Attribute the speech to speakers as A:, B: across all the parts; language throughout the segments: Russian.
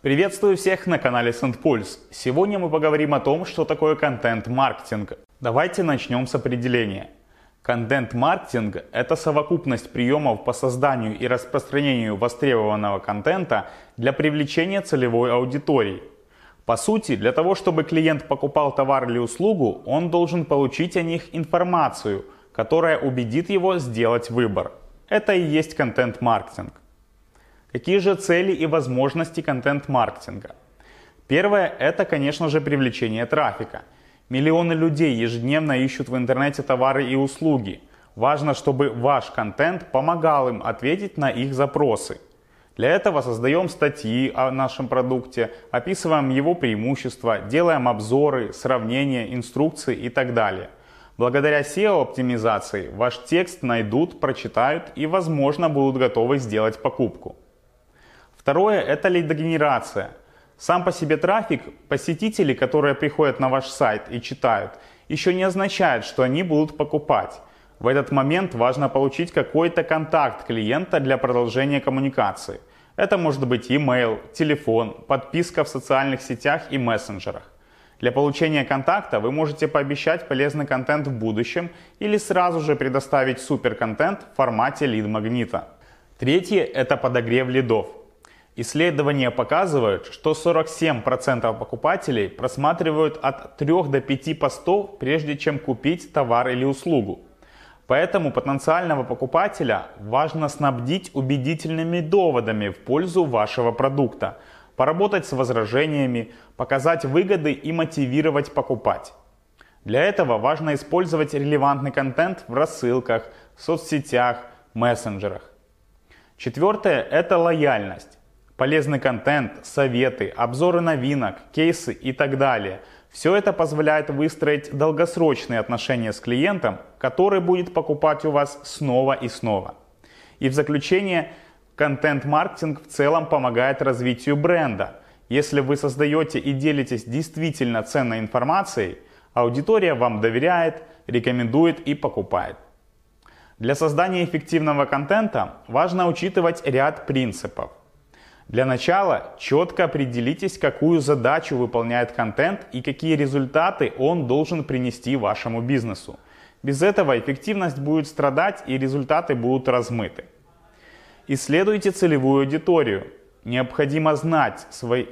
A: Приветствую всех на канале SendPulse. Сегодня мы поговорим о том, что такое контент-маркетинг. Давайте начнем с определения. Контент-маркетинг – это совокупность приемов по созданию и распространению востребованного контента для привлечения целевой аудитории. По сути, для того, чтобы клиент покупал товар или услугу, он должен получить о них информацию, которая убедит его сделать выбор. Это и есть контент-маркетинг. Какие же цели и возможности контент-маркетинга? Первое – это, конечно же, привлечение трафика. Миллионы людей ежедневно ищут в интернете товары и услуги. Важно, чтобы ваш контент помогал им ответить на их запросы. Для этого создаем статьи о нашем продукте, описываем его преимущества, делаем обзоры, сравнения, инструкции и так далее. Благодаря SEO-оптимизации ваш текст найдут, прочитают и, возможно, будут готовы сделать покупку. Второе – это лидогенерация. Сам по себе трафик, посетители, которые приходят на ваш сайт и читают, еще не означает, что они будут покупать. В этот момент важно получить какой-то контакт клиента для продолжения коммуникации. Это может быть email, телефон, подписка в социальных сетях и мессенджерах. Для получения контакта вы можете пообещать полезный контент в будущем или сразу же предоставить суперконтент в формате лид-магнита. Третье – это подогрев лидов. Исследования показывают, что 47% покупателей просматривают от 3 до 5 постов, прежде чем купить товар или услугу. Поэтому потенциального покупателя важно снабдить убедительными доводами в пользу вашего продукта, поработать с возражениями, показать выгоды и мотивировать покупать. Для этого важно использовать релевантный контент в рассылках, соцсетях, мессенджерах. Четвертое – это лояльность. Полезный контент, советы, обзоры новинок, кейсы и так далее. Все это позволяет выстроить долгосрочные отношения с клиентом, который будет покупать у вас снова и снова. И в заключение, контент-маркетинг в целом помогает развитию бренда. Если вы создаете и делитесь действительно ценной информацией, аудитория вам доверяет, рекомендует и покупает. Для создания эффективного контента важно учитывать ряд принципов. Для начала четко определитесь, какую задачу выполняет контент и какие результаты он должен принести вашему бизнесу. Без этого эффективность будет страдать и результаты будут размыты. Исследуйте целевую аудиторию. Необходимо знать свои...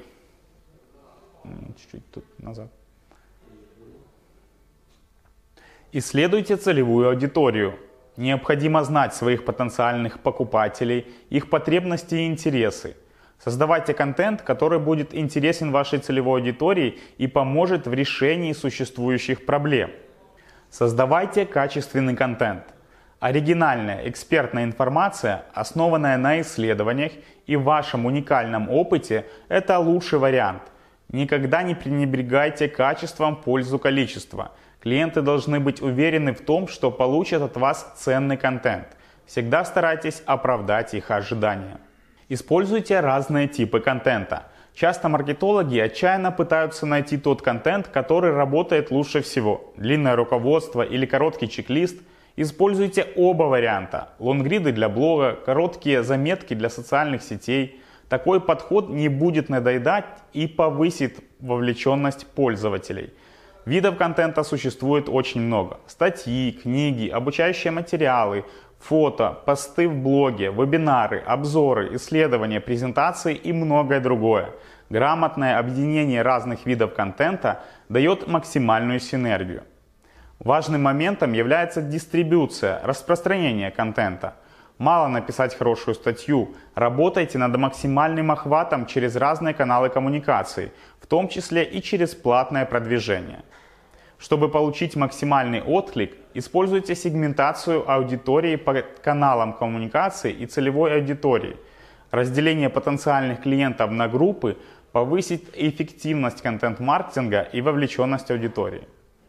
A: Исследуйте целевую аудиторию. Необходимо знать своих потенциальных покупателей, их потребности и интересы. Создавайте контент, который будет интересен вашей целевой аудитории и поможет в решении существующих проблем. Создавайте качественный контент. Оригинальная экспертная информация, основанная на исследованиях и вашем уникальном опыте – это лучший вариант. Никогда не пренебрегайте качеством в пользу количества. Клиенты должны быть уверены в том, что получат от вас ценный контент. Всегда старайтесь оправдать их ожидания. Используйте разные типы контента. Часто маркетологи отчаянно пытаются найти тот контент, который работает лучше всего. Длинное руководство или короткий чек-лист. Используйте оба варианта. Лонгриды для блога, короткие заметки для социальных сетей. Такой подход не будет надоедать и повысит вовлеченность пользователей. Видов контента существует очень много. Статьи, книги, обучающие материалы, фото, посты в блоге, вебинары, обзоры, исследования, презентации и многое другое. Грамотное объединение разных видов контента дает максимальную синергию. Важным моментом является дистрибуция, распространение контента. Мало написать хорошую статью, работайте над максимальным охватом через разные каналы коммуникации, в том числе и через платное продвижение. Чтобы получить максимальный отклик, используйте сегментацию аудитории по каналам коммуникации и целевой аудитории. Разделение потенциальных клиентов на группы повысит эффективность контент-маркетинга и вовлеченность аудитории.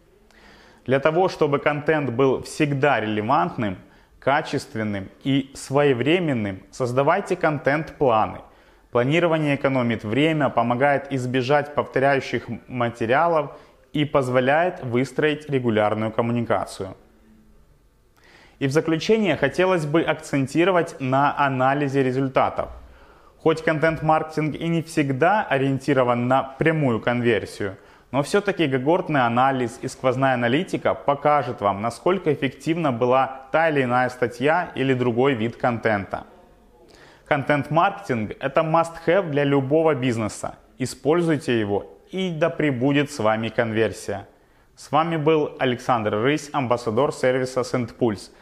A: Для того, чтобы контент был всегда релевантным, качественным и своевременным, создавайте контент-планы. Планирование экономит время, помогает избежать повторяющих материалов и позволяет выстроить регулярную коммуникацию. И в заключение хотелось бы акцентировать на анализе результатов. Хоть контент-маркетинг и не всегда ориентирован на прямую конверсию, но все-таки когортный анализ и сквозная аналитика покажет вам, насколько эффективна была та или иная статья или другой вид контента. Контент-маркетинг – это must-have для любого бизнеса. Используйте его, и да пребудет с вами конверсия. С вами был Александр Рысь, амбассадор сервиса SendPulse.